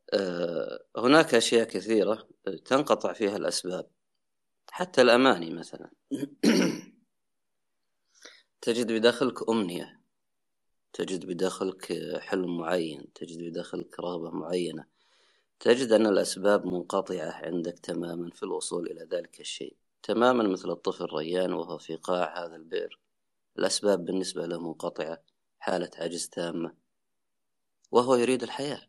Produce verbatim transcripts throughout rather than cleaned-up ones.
آه، هناك أشياء كثيرة تنقطع فيها الأسباب، حتى الأماني مثلا. تجد بداخلك أمنية، تجد بداخلك حلم معين، تجد بداخلك رغبة معينة، تجد أن الأسباب منقطعة عندك تماما في الوصول إلى ذلك الشيء، تماما مثل الطفل ريان وهو في قاع هذا البئر. الأسباب بالنسبة له منقطعة، حالة عجز تامة، وهو يريد الحياة،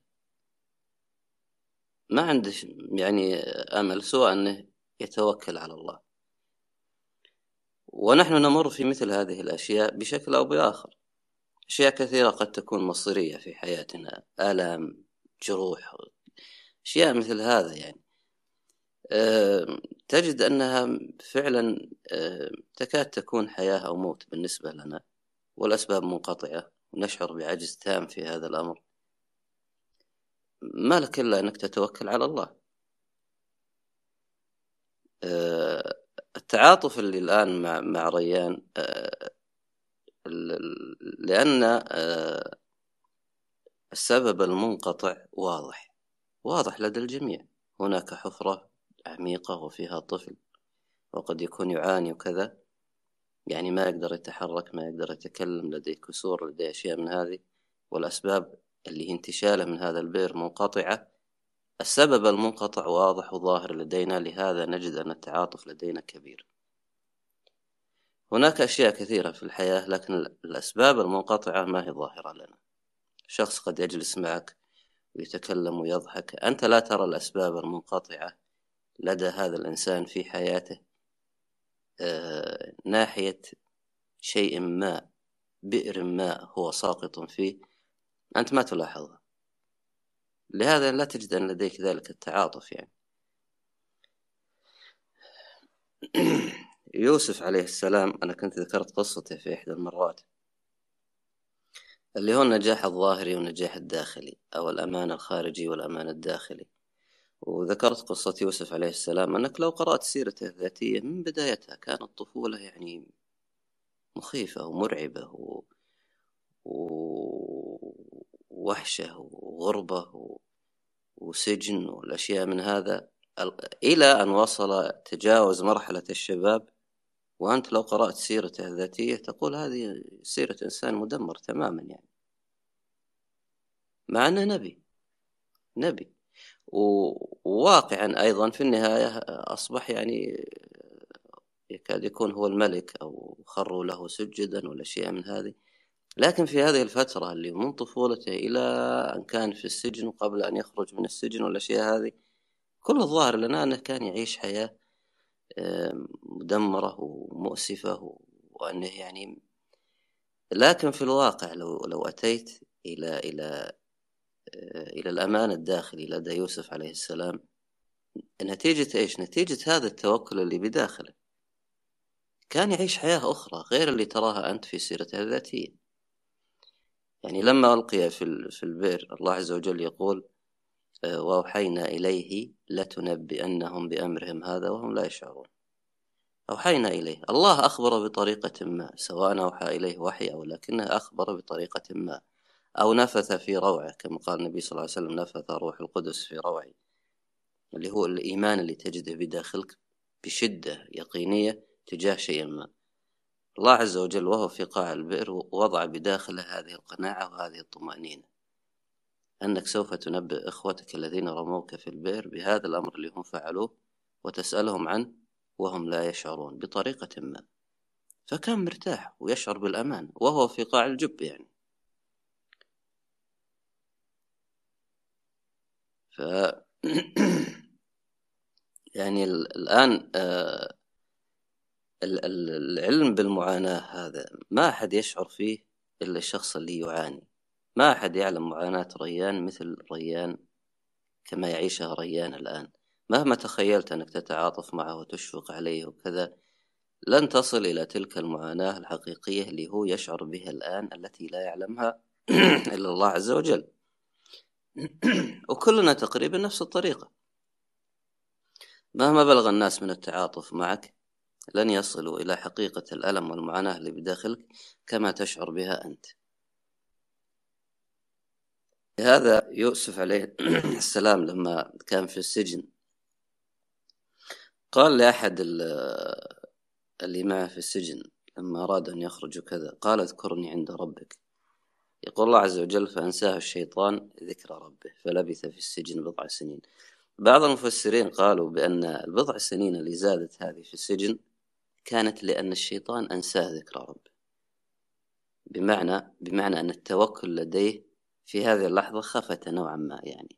ما عنده يعني أمل سوى أنه يتوكل على الله. ونحن نمر في مثل هذه الأشياء بشكل أو بآخر، أشياء كثيرة قد تكون مصيرية في حياتنا، آلام، جروح، أشياء مثل هذا يعني. أه تجد أنها فعلا أه تكاد تكون حياة أو موت بالنسبة لنا، والأسباب منقطعة، ونشعر بعجز تام في هذا الأمر. ما لك إلا أنك تتوكل على الله. أه التعاطف اللي الآن مع, مع ريان، أه لأن أه السبب المنقطع واضح، واضح لدى الجميع. هناك حفرة عميقة وفيها طفل، وقد يكون يعاني وكذا، يعني ما يقدر يتحرك، ما يقدر يتكلم، لديه كسور، لديه أشياء من هذه، والأسباب اللي هي انتشاله من هذا البئر منقطعة. السبب المنقطع واضح وظاهر لدينا، لهذا نجد أن التعاطف لدينا كبير. هناك أشياء كثيرة في الحياة، لكن الأسباب المنقطعة ما هي ظاهرة لنا. شخص قد يجلس معك ويتكلم ويضحك، أنت لا ترى الأسباب المنقطعة لدى هذا الإنسان في حياته، آه ناحية شيء ما، بئر ما هو ساقط فيه، أنت ما تلاحظها، لهذا لا تجد أن لديك ذلك التعاطف يعني. يوسف عليه السلام، أنا كنت ذكرت قصته في إحدى المرات، اللي هو النجاح الظاهري والنجاح الداخلي، أو الأمان الخارجي والأمان الداخلي. وذكرت قصة يوسف عليه السلام، أنك لو قرأت سيرته الذاتية من بدايتها، كانت طفولة يعني مخيفة ومرعبة و... ووحشة وغربة و... وسجن والأشياء من هذا، إلى أن وصل تجاوز مرحلة الشباب. وأنت لو قرأت سيرته الذاتية تقول هذه سيرة إنسان مدمر تماما يعني، مع أنه نبي نبي وواقعا أيضا في النهاية أصبح يعني يكاد يكون هو الملك، أو خروا له سجدا والأشياء من هذه. لكن في هذه الفترة اللي من طفولته إلى أن كان في السجن، وقبل أن يخرج من السجن والأشياء هذه، كل الظاهر لنا أنه كان يعيش حياة مدمرة ومؤسفة، وأنه يعني، لكن في الواقع لو لو أتيت إلى إلى إلى الأمان الداخلي لدى يوسف عليه السلام، نتيجة إيش؟ نتيجة هذا التوكل اللي بداخله، كان يعيش حياة أخرى غير اللي تراها أنت في سيرته الذاتية. يعني لما ألقي في في البئر، الله عز وجل يقول: وأوحينا إليه لتنبئنهم بأمرهم هذا وهم لا يشعرون. أوحينا إليه، الله أخبر بطريقة ما، سواء أوحى إليه وحي أو لكنه أخبر بطريقة ما، أو نفث في روعه، كما قال النبي صلى الله عليه وسلم: نفث روح القدس في روعي، اللي هو الإيمان اللي تجده بداخلك بشدة يقينية تجاه شيء ما. الله عز وجل وهو في قاع البئر وضع بداخله هذه القناعة وهذه الطمأنينة، أنك سوف تنبئ إخوتك الذين رموك في البئر بهذا الأمر اللي هم فعلوه، وتسألهم عنه وهم لا يشعرون بطريقة ما. فكان مرتاح ويشعر بالأمان وهو في قاع الجب يعني. ف يعني الآن آه العلم بالمعاناة هذا ما أحد يشعر فيه إلا الشخص اللي يعاني. ما أحد يعلم معاناة ريان مثل ريان كما يعيشها ريان الآن. مهما تخيلت أنك تتعاطف معه وتشفق عليه وكذا، لن تصل إلى تلك المعاناة الحقيقية اللي هو يشعر بها الآن، التي لا يعلمها إلا الله عز وجل. وكلنا تقريبا نفس الطريقة. مهما بلغ الناس من التعاطف معك، لن يصلوا إلى حقيقة الألم والمعاناة اللي بداخلك كما تشعر بها أنت. هذا يوسف عليه السلام لما كان في السجن قال لأحد اللي معه في السجن لما أراد أن يخرج كذا، قال اذكرني عند ربك. يقول الله عز وجل فأنساه الشيطان ذكر ربه فلبث في السجن بضع سنين. بعض المفسرين قالوا بأن البضع سنين اللي زادت هذه في السجن كانت لأن الشيطان أنساه ذكر ربه، بمعنى بمعنى أن التوكل لديه في هذه اللحظة خفت نوعا ما يعني،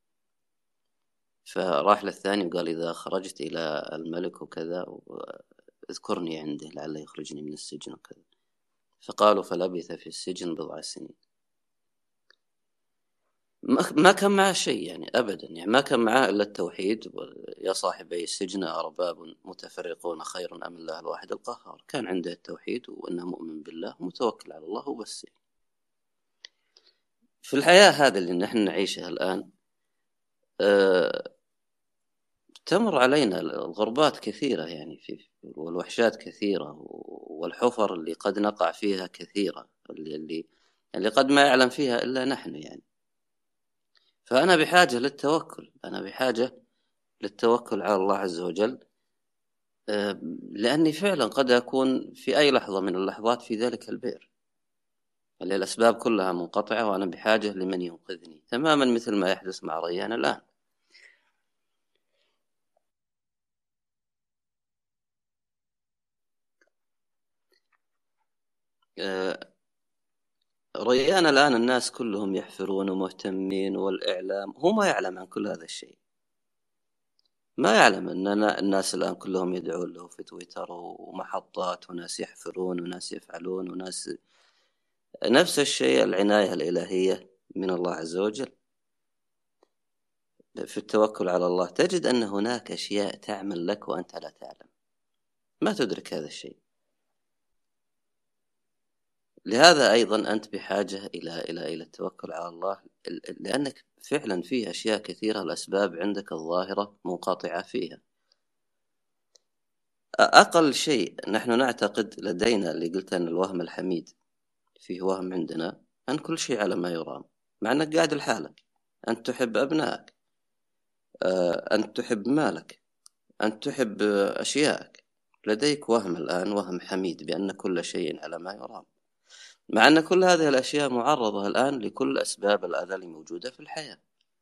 فراح للثاني وقال إذا خرجت إلى الملك وكذا اذكرني عنده لعله يخرجني من السجن وكذا. فقالوا فلبث في السجن بضع سنين. ما كان معه شيء يعني أبدا، يعني ما كان معه إلا التوحيد. يا صاحبي السجن أرباب متفرقون خير أم الله الواحد القهار. كان عنده التوحيد وأنه مؤمن بالله ومتوكل على الله وبس. في الحياة هذه اللي نحن نعيشها الآن أه تمر علينا الغربات كثيرة يعني في والوحشات كثيرة والحفر اللي قد نقع فيها كثيرة، اللي اللي اللي قد ما يعلم فيها إلا نحن يعني. فأنا بحاجة للتوكل، أنا بحاجة للتوكل على الله عز وجل، لأني فعلا قد أكون في أي لحظة من اللحظات في ذلك البئر اللي الأسباب كلها منقطعة وأنا بحاجة لمن ينقذني، تماما مثل ما يحدث مع ريان الآن. ريان الآن الناس كلهم يحفرون ومهتمين، والإعلام هو ما يعلم عن كل هذا الشيء، ما يعلم أننا الناس الآن كلهم يدعون له في تويتر ومحطات، وناس يحفرون وناس يفعلون وناس. نفس الشيء العناية الإلهية من الله عز وجل في التوكل على الله، تجد أن هناك أشياء تعمل لك وأنت لا تعلم، ما تدرك هذا الشيء. لهذا أيضا أنت بحاجة إلى إلى إلى التوكل على الله، لأنك فعلا فيه أشياء كثيرة الأسباب عندك الظاهرة منقطعة فيها. أقل شيء نحن نعتقد لدينا اللي قلت أن الوهم الحميد، فيه وهم عندنا أن كل شيء على ما يرام، مع أنك قاعد لحالك، أنت تحب أبنائك، أنت تحب مالك، أنت تحب أشيائك، لديك وهم الآن وهم حميد بأن كل شيء على ما يرام، مع أن كل هذه الأشياء معرضة الآن لكل أسباب الأذى الموجودة في الحياة.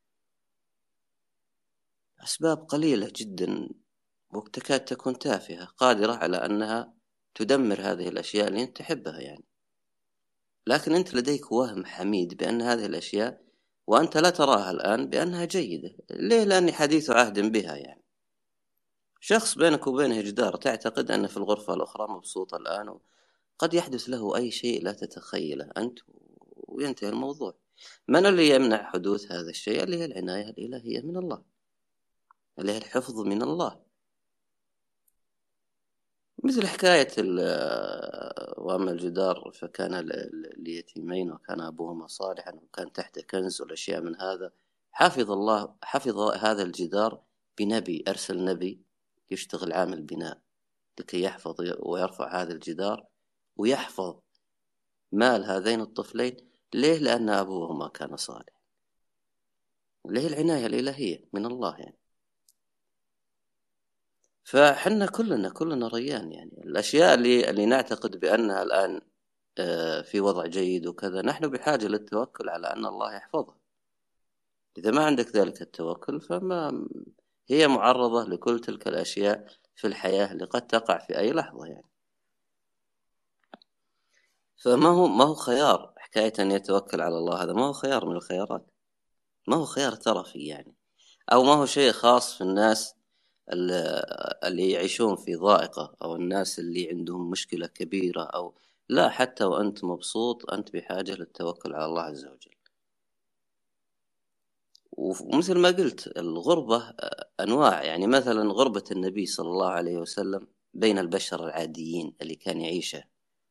أسباب قليلة جدا وتكاد تكون تافهة قادرة على أنها تدمر هذه الأشياء اللي أنت تحبها يعني، لكن أنت لديك وهم حميد بأن هذه الأشياء وأنت لا تراها الآن بأنها جيدة. ليه؟ لأني حديث عهد بها يعني. شخص بينك وبينه جدار تعتقد أن في الغرفة الأخرى مبسوط الآن، قد يحدث له أي شيء لا تتخيله أنت وينتهي الموضوع. من اللي يمنع حدوث هذا الشيء؟ اللي هي العناية الإلهية من الله، اللي هي الحفظ من الله. مثل حكاية وأما الجدار فكان ليتيمين وكان أبوهما صالحا وكان تحت كنز والأشياء من هذا. حفظ الله حفظ هذا الجدار بنبي، أرسل نبي يشتغل عامل بناء لكي يحفظ ويرفع هذا الجدار ويحفظ مال هذين الطفلين. ليه؟ لأن أبوهما كان صالح. ليه؟ العناية الإلهية من الله يعني. فحنا كلنا كلنا ريان يعني. الأشياء اللي اللي نعتقد بأنها الآن في وضع جيد وكذا، نحن بحاجة للتوكل على أن الله يحفظها. إذا ما عندك ذلك التوكل فما هي معرضة لكل تلك الأشياء في الحياة اللي قد تقع في أي لحظة يعني. فما هو ما هو خيار حكاية أن يتوكل على الله، هذا ما هو خيار من الخيارات، ما هو خيار ترفي يعني، أو ما هو شيء خاص في الناس اللي يعيشون في ضائقة أو الناس اللي عندهم مشكلة كبيرة، أو لا، حتى وأنت مبسوط أنت بحاجة للتوكل على الله عز وجل. ومثل ما قلت الغربة أنواع يعني، مثلا غربة النبي صلى الله عليه وسلم بين البشر العاديين اللي كان يعيشه،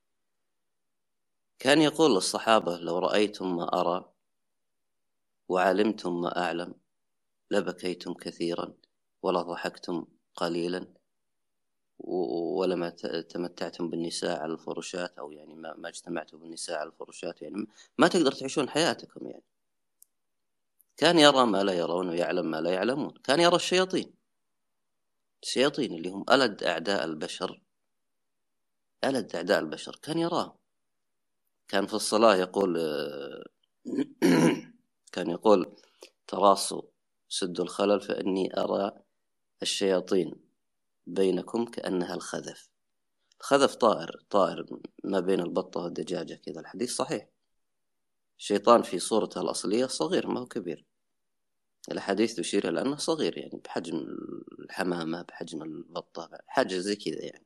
كان يقول للصحابة لو رأيتم ما أرى وعلمتم ما أعلم لبكيتم كثيرا ولا ضحكتم قليلا ولما تمتعتم بالنساء على الفرشات، أو يعني ما, ما اجتمعتوا بالنساء على الفرشات، يعني ما تقدر تعيشون حياتكم يعني. كان يرى ما لا يرون ويعلم ما لا يعلمون. كان يرى الشياطين، الشياطين اللي هم ألد أعداء البشر، ألد أعداء البشر كان يراه. كان في الصلاة يقول كان يقول تراصوا سدوا الخلل فإني أرى الشياطين بينكم كأنها الخذف. الخذف طائر، طائر ما بين البطة والدجاجة كذا. الحديث صحيح. الشيطان في صورته الأصلية صغير ما هو كبير. الحديث تشير إلى أنه صغير، يعني بحجم الحمامة، بحجم البطة، حاجة زي كذا يعني.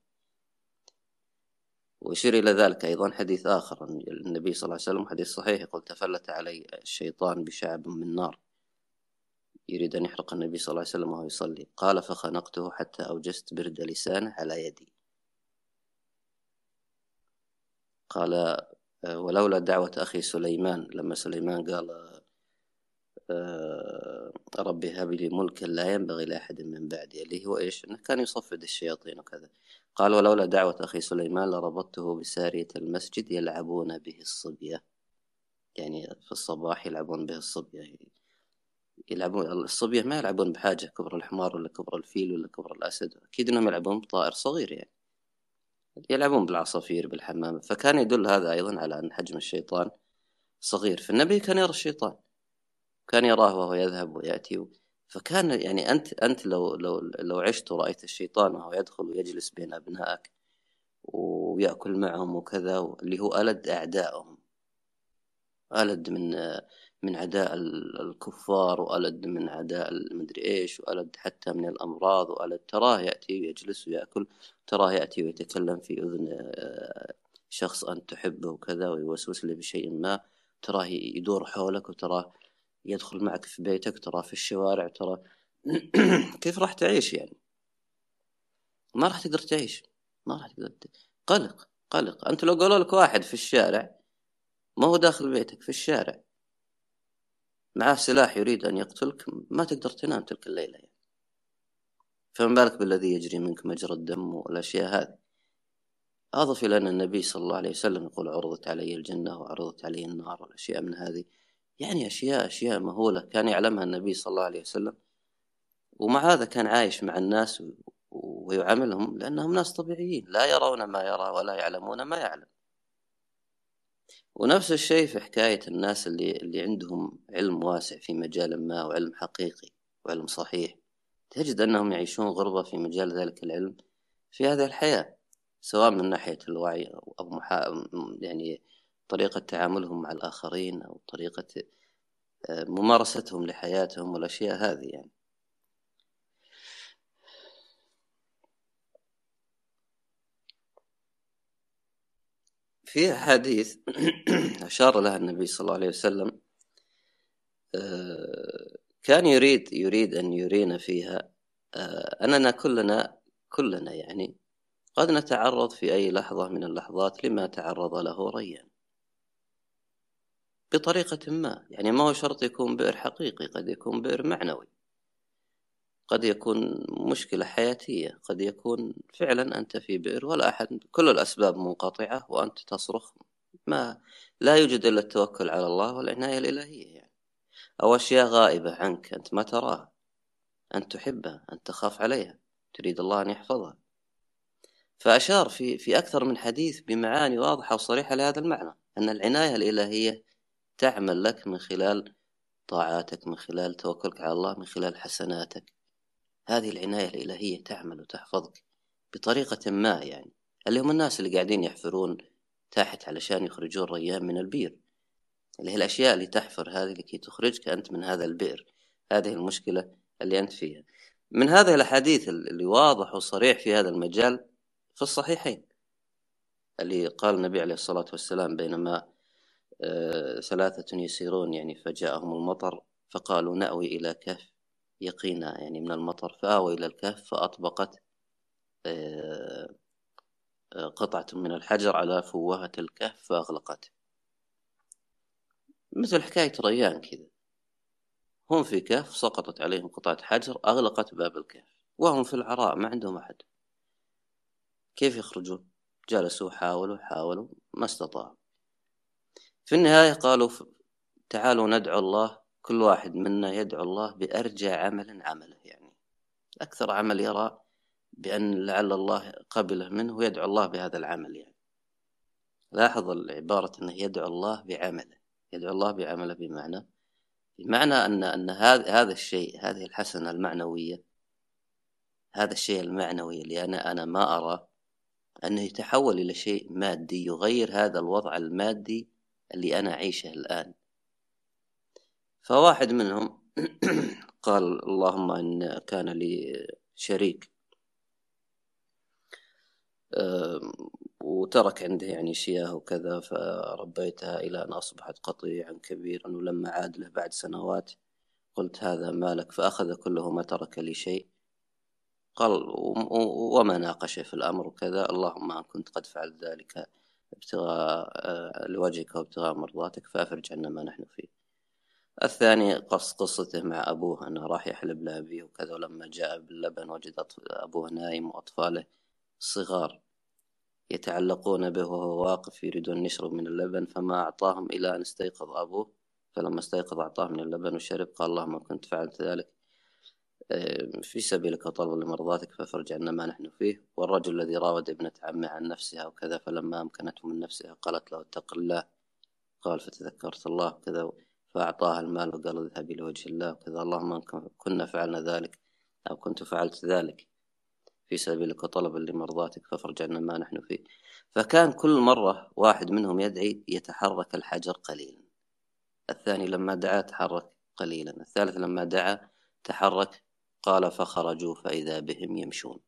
ويشير إلى ذلك أيضا حديث آخر النبي صلى الله عليه وسلم، حديث صحيح، يقول تفلت علي الشيطان بشعب من نار يريد أن يحرق النبي صلى الله عليه وسلم وهو يصلي، قال فخنقته حتى أوجست برد لسانه على يدي. قال ولولا دعوة أخي سليمان، لما سليمان قال ربي هب لي ملكا لا ينبغي لأحد من بعدي، اللي هو إيش؟ أنه كان يصفد الشياطين وكذا. قال ولولا دعوة أخي سليمان لربطته بسارية المسجد يلعبون به الصبية، يعني في الصباح يلعبون به الصبية. يعني يلعبون الصبية ما يلعبون بحاجة كبر الحمار ولا كبر الفيل ولا كبر الأسد، أكيد أنهم يلعبون بطائر صغير، يعني يلعبون بالعصافير بالحمام. فكان يدل هذا أيضا على أن حجم الشيطان صغير. فالنبي كان يرى الشيطان، كان يراه وهو يذهب ويأتي. فكان يعني أنت أنت لو لو لو عشت ورأيت الشيطان وهو يدخل ويجلس بين أبنائك ويأكل معهم وكذا، اللي هو ألد أعدائهم، ألد من من عداء الكفار، وألد من عداء المدري إيش، وألد حتى من الأمراض، وألد تراه يأتي ويجلس ويأكل، تراه يأتي ويتكلم في أذن شخص أنت تحبه وكذا ويوسوس له بشيء ما، تراه يدور حولك، وتراه يدخل معك في بيتك، تراه في الشوارع، ترى كيف راح تعيش؟ يعني ما راح تقدر تعيش، ما راح تقدر. قلق قلق. أنت لو قالوا لك واحد في الشارع، ما هو داخل بيتك، في الشارع معاه سلاح يريد أن يقتلك، ما تقدر تنام تلك الليلة يعني. فما بالك بالذي يجري منك مجرى الدم والأشياء هذه. أضف إلى أن النبي صلى الله عليه وسلم يقول عرضت علي الجنة وعرضت علي النار والأشياء من هذه، يعني أشياء أشياء مهولة كان يعلمها النبي صلى الله عليه وسلم. ومع هذا كان عايش مع الناس ويعاملهم لأنهم ناس طبيعيين لا يرون ما يرى ولا يعلمون ما يعلم. ونفس الشيء في حكاية الناس اللي اللي عندهم علم واسع في مجال ما، وعلم حقيقي وعلم صحيح، تجد أنهم يعيشون غربة في مجال ذلك العلم في هذه الحياة، سواء من ناحية الوعي أو محا... يعني طريقة تعاملهم مع الآخرين، أو طريقة ممارستهم لحياتهم والأشياء هذه يعني. في حديث أشار لها النبي صلى الله عليه وسلم، كان يريد يريد أن يرينا فيها أننا كلنا كلنا يعني قد نتعرض في أي لحظة من اللحظات لما تعرض له ريان بطريقة ما. يعني ما هو شرط يكون بئر حقيقي، قد يكون بئر معنوي، قد يكون مشكلة حياتية، قد يكون فعلا أنت في بئر ولا أحد، كل الأسباب منقطعة وأنت تصرخ، ما لا يوجد إلا التوكل على الله والعناية الإلهية يعني. أو أشياء غائبة عنك أنت ما تراها، أنت تحبها، أنت تخاف عليها، تريد الله أن يحفظها. فأشار في في أكثر من حديث بمعاني واضحة وصريحة لهذا المعنى، أن العناية الإلهية تعمل لك من خلال طاعاتك، من خلال توكلك على الله، من خلال حسناتك. هذه العناية الإلهية تعمل وتحفظك بطريقة ما يعني. اللي هم الناس اللي قاعدين يحفرون تحت علشان يخرجون ريان من البير، اللي هي الأشياء اللي تحفر هذه لكي تخرجك أنت من هذا البئر، هذه المشكلة اللي أنت فيها. من هذه الأحاديث اللي واضح وصريح في هذا المجال في الصحيحين، اللي قال النبي عليه الصلاة والسلام بينما ثلاثة يسيرون يعني فجاءهم المطر فقالوا نأوي إلى كهف يقينا يعني من المطر، فآووا إلى الكهف فأطبقت قطعة من الحجر على فوهة الكهف فأغلقت، مثل حكاية ريان كذا. هم في كهف سقطت عليهم قطعة حجر أغلقت باب الكهف، وهم في العراء ما عندهم أحد، كيف يخرجون؟ جلسوا حاولوا حاولوا ما استطاعوا. في النهاية قالوا تعالوا ندعو الله كل واحد منا يدعو الله بأرجى عمل عمله، يعني أكثر عمل يرى بأن لعل الله قبله منه ويدعو الله بهذا العمل. يعني لاحظ العبارة أنه يدعو الله بعمله، يدعو الله بعمله بمعنى بمعنى أن أن هذا هذا الشيء، هذه الحسنة المعنوية، هذا الشيء المعنوي اللي أنا أنا ما أرى أنه يتحول إلى شيء مادي يغير هذا الوضع المادي اللي أنا أعيشه الآن. فواحد منهم قال اللهم إن كان لي شريك وترك عنده يعني شياه وكذا، فربيتها إلى أن أصبحت قطيعا كبيرا، ولما عاد له بعد سنوات قلت هذا مالك، فأخذ كله ما ترك لي شيء. قال وما ناقش في الأمر وكذا، اللهم إن كنت قد فعلت ذلك ابتغاء لوجهك وابتغاء مرضاتك فأفرج عنا ما نحن فيه. الثاني قص قصته مع أبوه أنه راح يحلب لأبيه وكذا، ولما جاء باللبن وجد أبوه نايم وأطفاله صغار يتعلقون به وهو واقف يريدون يشرب من اللبن، فما أعطاهم إلى أن استيقظ أبوه، فلما استيقظ أعطاه من اللبن وشرب. قال اللهم كنت فعلت ذلك في سبيلك وطلب لمرضاتك فافرج عنا ما نحن فيه. والرجل الذي راود ابنة عمه عن نفسها وكذا، فلما أمكنته من نفسها قالت له اتق الله، قال فتذكرت الله كذا فأعطاها المال وقال اذهبي لوجه الله وكذا، اللهم كنا فعلنا ذلك أو كنت فعلت ذلك في سبيلك وطلبا لمرضاتك فافرج عنا ما نحن فيه. فكان كل مرة واحد منهم يدعي يتحرك الحجر قليلا، الثاني لما دعا تحرك قليلا، الثالث لما دعا تحرك. قال فخرجوا فإذا بهم يمشون.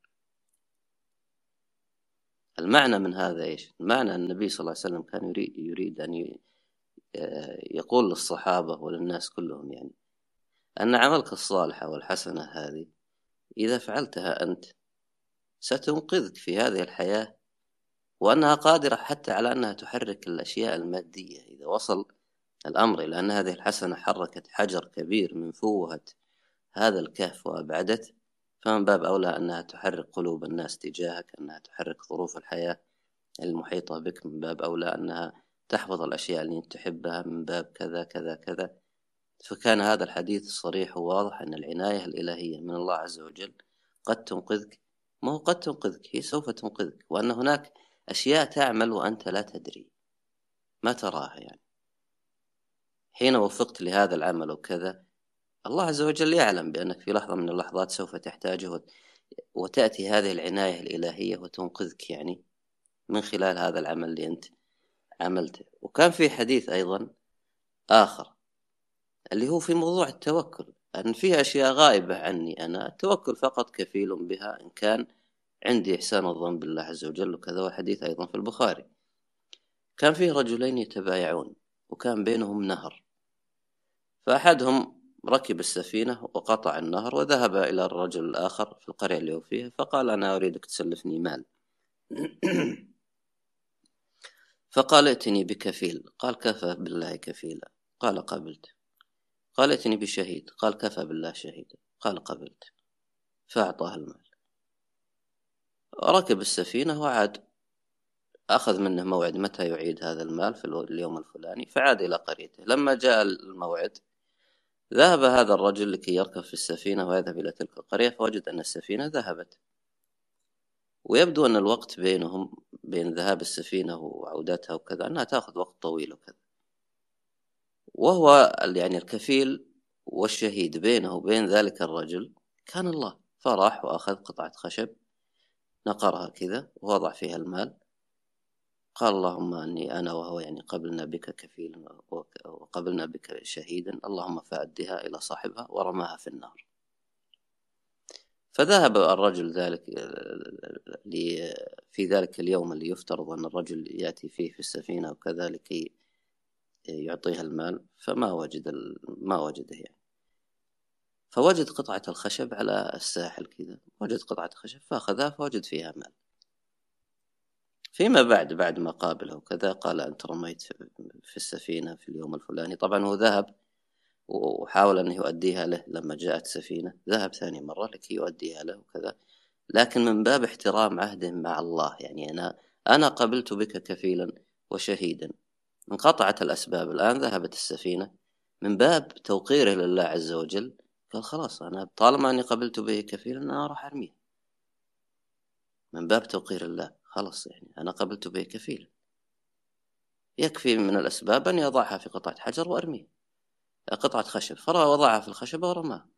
المعنى من هذا إيش؟ المعنى أن النبي صلى الله عليه وسلم كان يريد, يريد أن يقول للصحابة وللناس كلهم يعني أن عملك الصالحة والحسنة هذه إذا فعلتها أنت ستنقذك في هذه الحياة، وأنها قادرة حتى على أنها تحرك الأشياء المادية. إذا وصل الأمر إلى أن هذه الحسنة حركت حجر كبير من فوهة هذا الكهف وأبعدت، فمن باب أولى أنها تحرك قلوب الناس تجاهك، أنها تحرك ظروف الحياة المحيطة بك، من باب أولى أنها تحفظ الأشياء اللي تحبها، من باب كذا كذا كذا. فكان هذا الحديث الصريح وواضح أن العناية الإلهية من الله عز وجل قد تنقذك، ما هو قد تنقذك، هي سوف تنقذك، وأن هناك أشياء تعمل وأنت لا تدري ما تراها. يعني حين وفقت لهذا العمل وكذا، الله عز وجل يعلم بأنك في لحظة من اللحظات سوف تحتاجه، وتأتي هذه العناية الإلهية وتنقذك يعني من خلال هذا العمل اللي أنت عملته. وكان في حديث أيضا آخر اللي هو في موضوع التوكل، أن فيه أشياء غائبة عني أنا، التوكل فقط كفيل بها إن كان عندي إحسان الظن بالله عز وجل وكذا. وحديث أيضا في البخاري كان فيه رجلين يتبايعون وكان بينهم نهر، فأحدهم ركب السفينة وقطع النهر وذهب إلى الرجل الآخر في القرية اللي هو فيها، فقال أنا أريدك تسلفني مال. فقال ائتني بكفيل، قال كفى بالله كفيلا، قال قبلت. قال ائتني بشهيد، قال كفى بالله شهيدا، قال قبلت. فأعطاه المال، ركب السفينة وعاد، أخذ منه موعد متى يعيد هذا المال في اليوم الفلاني، فعاد إلى قريته. لما جاء الموعد ذهب هذا الرجل لكي يركب في السفينة ويذهب إلى تلك القرية، فوجد أن السفينة ذهبت، ويبدو أن الوقت بينهم بين ذهاب السفينة وعودتها وكذا أنها تأخذ وقت طويل وكذا، وهو يعني الكفيل والشهيد بينه وبين ذلك الرجل كان الله. فراح وأخذ قطعة خشب نقرها كذا ووضع فيها المال، قال اللهم أني أنا وهو يعني قبلنا بك كفيلا وقبلنا بك شهيدا، اللهم فأدها إلى صاحبها، ورماها في النار. فذهب الرجل ذلك في ذلك اليوم اللي يفترض أن الرجل يأتي فيه في السفينة وكذا لكي يعطيها المال، فما وجد ما وجده يعني. فوجد قطعة الخشب على الساحل كذا، وجد قطعة خشب فأخذها فوجد فيها مال. فيما بعد بعد ما قابله وكذا قال أنت رميت في السفينة في اليوم الفلاني. طبعا هو ذهب وحاول أن يؤديها له لما جاءت سفينة، ذهب ثاني مرة لكي يؤديها له وكذا، لكن من باب احترام عهده مع الله، يعني أنا أنا قبلت بك كفيلا وشهيدا، انقطعت الأسباب، الآن ذهبت السفينة من باب توقيره لله عز وجل قال خلاص أنا طالما أني قبلت به كفيلا أنا راح أرميه، من باب توقير الله خلاص يعني أنا قبلت به كفيلا، يكفي من الأسباب أن يضعها في قطعة حجر وأرميه، قطعة خشب، فوضعها في الخشبة ورماها.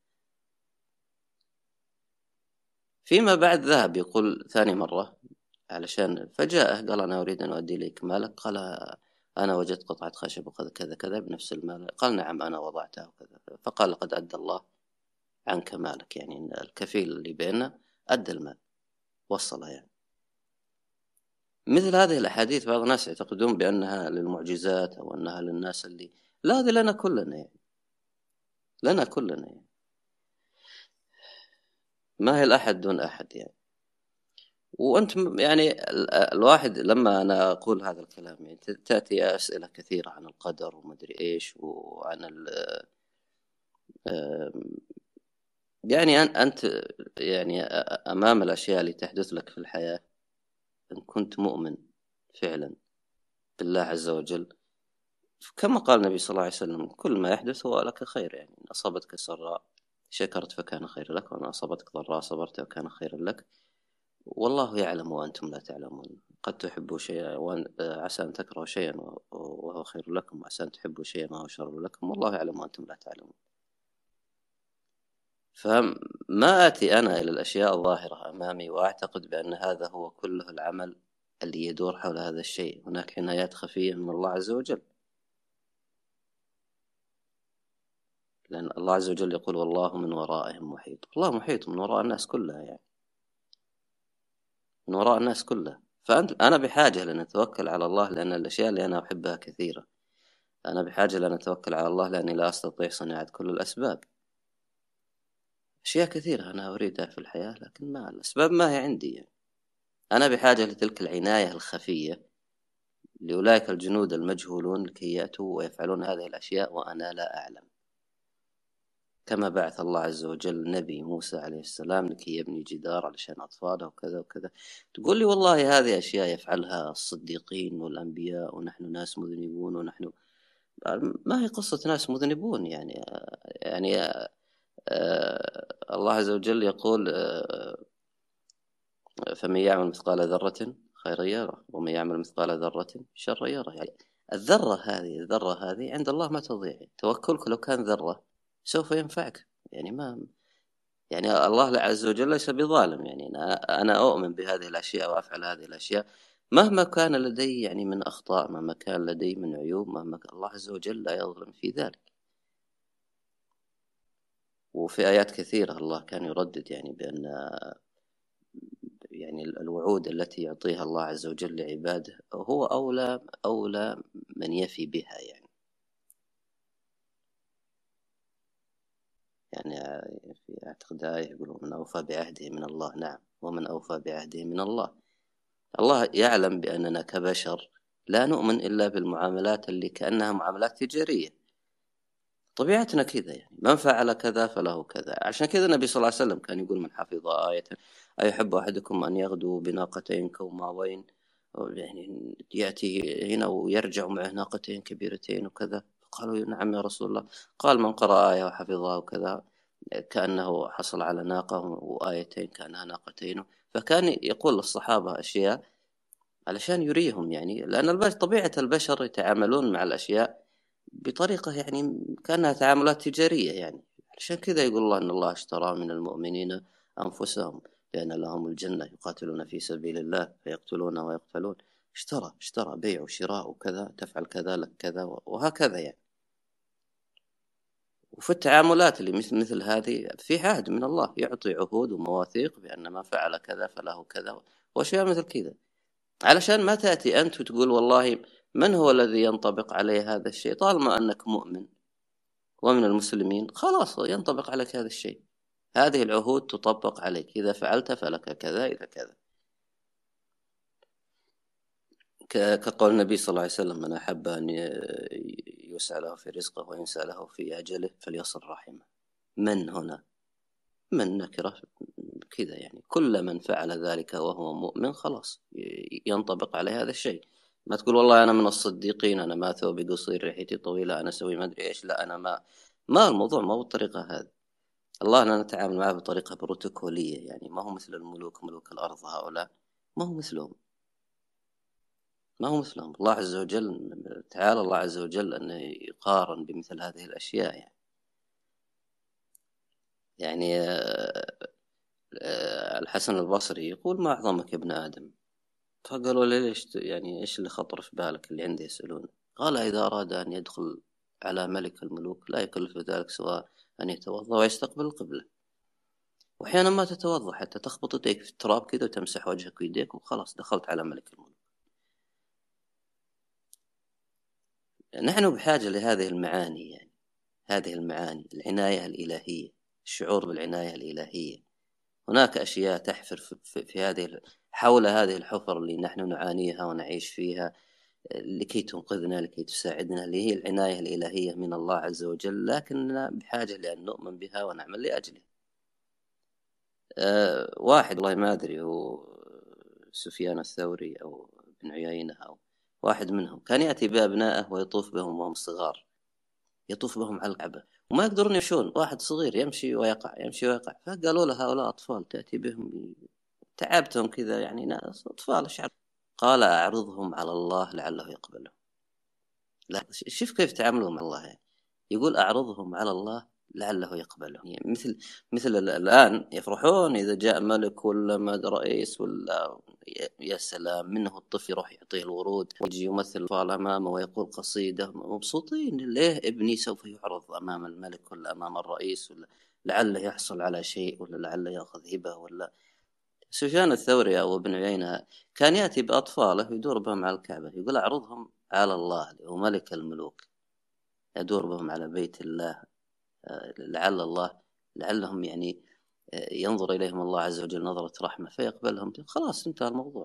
فيما بعد ذهب يقول ثاني مرة علشان فجاءه قال أنا أريد أن أؤدي إليك مالك، قال أنا وجدت قطعة خشب وكذا كذا كذا بنفس المال، قال نعم أنا وضعتها وكذا، فقال لقد أدى الله عنك مالك، يعني الكفيل اللي بيننا أدى المال وصله يعني. مثل هذه الأحاديث بعض الناس يعتقدون بأنها للمعجزات أو أنها للناس اللي لا، هذه لنا كلنا يعني، لنا كلنا يعني، ما هي الأحد دون أحد يعني. وأنت يعني الواحد لما أنا أقول هذا الكلام يعني تأتي أسئلة كثيرة عن القدر ومدري إيش وعن ال يعني أنت يعني أمام الأشياء اللي تحدث لك في الحياة إن كنت مؤمن فعلا بالله عز وجل، كما قال النبي صلى الله عليه وسلم كل ما يحدث هو لك خير، يعني إن أصابتك سراء شكرت فكان خير لك، وإن أصابتك ضراء صبرت وكان خيرا لك، والله يعلم وأنتم لا تعلمون، قد تحبوا شيئا وعسى أن تكرهوا شيئا وهو خير لكم، وعسى أن تحبوا شيئا وهو شر لكم، والله يعلم وأنتم لا تعلمون. فما آتي أنا إلى الأشياء الظاهرة أمامي وأعتقد بأن هذا هو كله العمل اللي يدور حول هذا الشيء، هناك عنايات خفية من الله عز وجل، لأن الله عز وجل يقول والله من ورائهم محيط، الله محيط من وراء الناس كلها يعني، من وراء الناس كلها. فأنت أنا بحاجة لأن أتوكل على الله، لأن الأشياء اللي أنا أحبها كثيرة، أنا بحاجة لأن أتوكل على الله لأني لا أستطيع صناعة كل الأسباب، أشياء كثيرة أنا أريدها في الحياة لكن ما الأسباب ما هي عندي يعني. أنا بحاجة لتلك العناية الخفية لأولئك الجنود المجهولون لكي يأتوا ويفعلون هذه الأشياء وأنا لا أعلم، كما بعث الله عز وجل نبي موسى عليه السلام لكي يبني جدار علشان أطفاله وكذا وكذا. تقول لي والله هذه أشياء يفعلها الصديقين والأنبياء ونحن ناس مذنبون، ونحن ما هي قصة ناس مذنبون يعني يعني آه الله عز وجل يقول آه فمن يعمل مثقال ذرة خيرا يره ومن يعمل مثقال ذرة شرا يره، يعني الذرة هذه الذرة هذه عند الله ما تضيع، توكلك لو كان ذرة سوف ينفعك يعني، ما يعني الله عز وجل ليس بظالم، يعني أنا, أنا أؤمن بهذه الأشياء وأفعل هذه الأشياء مهما كان لدي يعني من أخطاء، مهما كان لدي من عيوب، مهما كان الله عز وجل لا يظلم في ذلك. وفي آيات كثيرة الله كان يردد يعني بأن يعني الوعود التي يعطيها الله عز وجل لعباده هو أولى أولى من يفي بها يعني. يعني في أعتقد آية يقولون من أوفى بعهده من الله، نعم ومن أوفى بعهده من الله. الله يعلم بأننا كبشر لا نؤمن إلا بالمعاملات اللي كأنها معاملات تجارية، طبيعتنا كذا يعني، من فعل كذا فله كذا. عشان كذا النبي صلى الله عليه وسلم كان يقول من حفظ آية أيحب أحدكم أن يغدو بناقتين كوماوين، يعني يأتي هنا ويرجع معه ناقتين كبيرتين وكذا، قالوا نعم يا رسول الله، قال من قرأ آية وحفظها وكذا كأنه حصل على ناقة وآيتين كأنها ناقتين. فكان يقول للصحابة أشياء علشان يريهم يعني، لأن البشر طبيعة البشر يتعاملون مع الأشياء بطريقة يعني كأنها تعاملات تجارية يعني. عشان كذا يقول الله إن الله اشترى من المؤمنين أنفسهم بأن لهم الجنة يقاتلون في سبيل الله فيقتلون ويقتلون، اشترى اشترى بيع وشراء وكذا، تفعل كذا لك كذا وهكذا يعني. وفي التعاملات اللي مثل مثل هذه في عهد من الله، يعطي عهود ومواثيق بأن ما فعل كذا فله كذا وأشياء مثل كذا، علشان ما تأتي أنت وتقول والله من هو الذي ينطبق عليه هذا الشيء، طالما أنك مؤمن ومن المسلمين خلاص ينطبق عليك هذا الشيء، هذه العهود تطبق عليك، إذا فعلت فلك كذا إذا كذا. كقول النبي صلى الله عليه وسلم من أحب أن يسعى له في رزقه وينسى له في أجله فليصل رحمه. من هنا من نكرة كذا يعني، كل من فعل ذلك وهو مؤمن خلاص ينطبق عليه هذا الشيء، ما تقول والله أنا من الصديقين، أنا ما ثوبي قصير ريحتي طويلة، أنا أسوي ما أدري إيش. لا، أنا ما ما الموضوع ما هو بالطريقة هذه. الله أنا نتعامل معه بطريقة بروتوكولية، يعني ما هو مثل الملوك، ملوك الأرض هؤلاء ما هو مثلهم، ما هو مثلهم. الله عز وجل تعالى الله عز وجل أنه يقارن بمثل هذه الأشياء يعني. يعني آه، آه، الحسن البصري يقول ما أعظمك يا ابن آدم. فقالوا له ليش ت- يعني إيش اللي خطر في بالك اللي عنده يسألون؟ قال إذا أراد أن يدخل على ملك الملوك لا يكلف ذلك سواء أن يتوضأ ويستقبل القبلة. وأحيانا ما تتوضأ، حتى تخبط يديك في التراب كذا وتمسح وجهك ويديك وخلاص دخلت على ملك الملوك. نحن بحاجة لهذه المعاني، يعني هذه المعاني، العناية الإلهية، الشعور بالعناية الإلهية. هناك أشياء تحفر في, في, في هذه حول هذه الحفر اللي نحن نعانيها ونعيش فيها، لكي تنقذنا، لكي تساعدنا، اللي هي العناية الإلهية من الله عز وجل، لكننا بحاجة لأن نؤمن بها ونعمل لأجلها. أه واحد والله ما أدري هو سفيان الثوري أو ابن عيينة أو واحد منهم، كان يأتي بأبنائه ويطوف بهم وهم صغار، يطوف بهم على الكعبة وما يقدرون يمشون، واحد صغير يمشي ويقع يمشي ويقع. فقالوا له هؤلاء أطفال تأتي بهم، تعبتهم كذا يعني، ناس أطفال شعب. قال أعرضهم على الله لعله يقبله. لا، شوف كيف تعاملوا مع الله يعني. يقول أعرضهم على الله لعله يقبله. يعني مثل مثل الآن يفرحون إذا جاء ملك ولا مد رئيس ولا، يا سلام، منه الطفل يروح يعطيه الورود ويجي يمثل الأطفال أمامه ويقول قصيدة، مبسوطين. ليه؟ ابني سوف يعرض أمام الملك ولا أمام الرئيس، ولا لعله يحصل على شيء، ولا لعله يأخذ هبة. ولا سفيان الثوري أو ابن عيينة كان يأتي بأطفاله يدور بهم على الكعبة، يقول أعرضهم على الله اللي هو ملك الملوك، يدور بهم على بيت الله، لعل الله لعلهم يعني ينظر إليهم الله عز وجل نظرة رحمة فيقبلهم. خلاص انتهى الموضوع،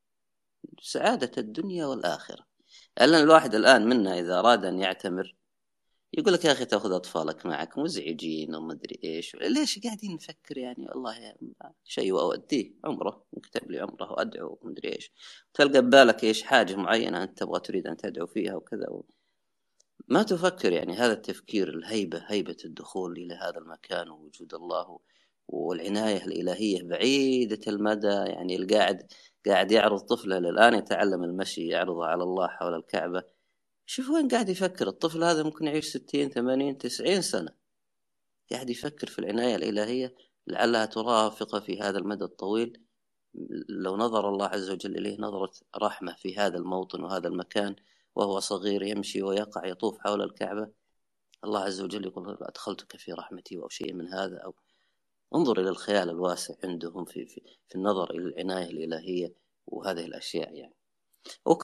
سعادة الدنيا والآخرة. لأن الواحد الآن منا إذا أراد أن يعتمر يقول لك يا أخي تأخذ أطفالك معك مزعجين وما أدري إيش، ليش قاعدين نفكر يعني؟ والله شيء وأوديه عمره، نكتب لي عمره وأدعو وما أدري إيش، تلقى ببالك إيش حاجة معينة أنت تبغى تريد أن تدعو فيها وكذا، ما تفكر يعني. هذا التفكير، الهيبة، هيبة الدخول إلى هذا المكان ووجود الله والعناية الإلهية بعيدة المدى. يعني القاعد قاعد يعرض طفله الآن يتعلم المشي يعرضه على الله حول الكعبة. شوف وين قاعد يفكر الطفل هذا، ممكن يعيش ستين ثمانين تسعين سنة قاعد يفكر في العناية الإلهية، لعلها ترافقه في هذا المدى الطويل. لو نظر الله عز وجل إليه نظرة رحمة في هذا الموطن وهذا المكان وهو صغير يمشي ويقع يطوف حول الكعبة، الله عز وجل يقول أدخلتك في رحمتي أو شيء من هذا. أو انظر إلى الخيال الواسع عندهم في, في, في النظر إلى العناية الإلهية وهذه الأشياء يعني.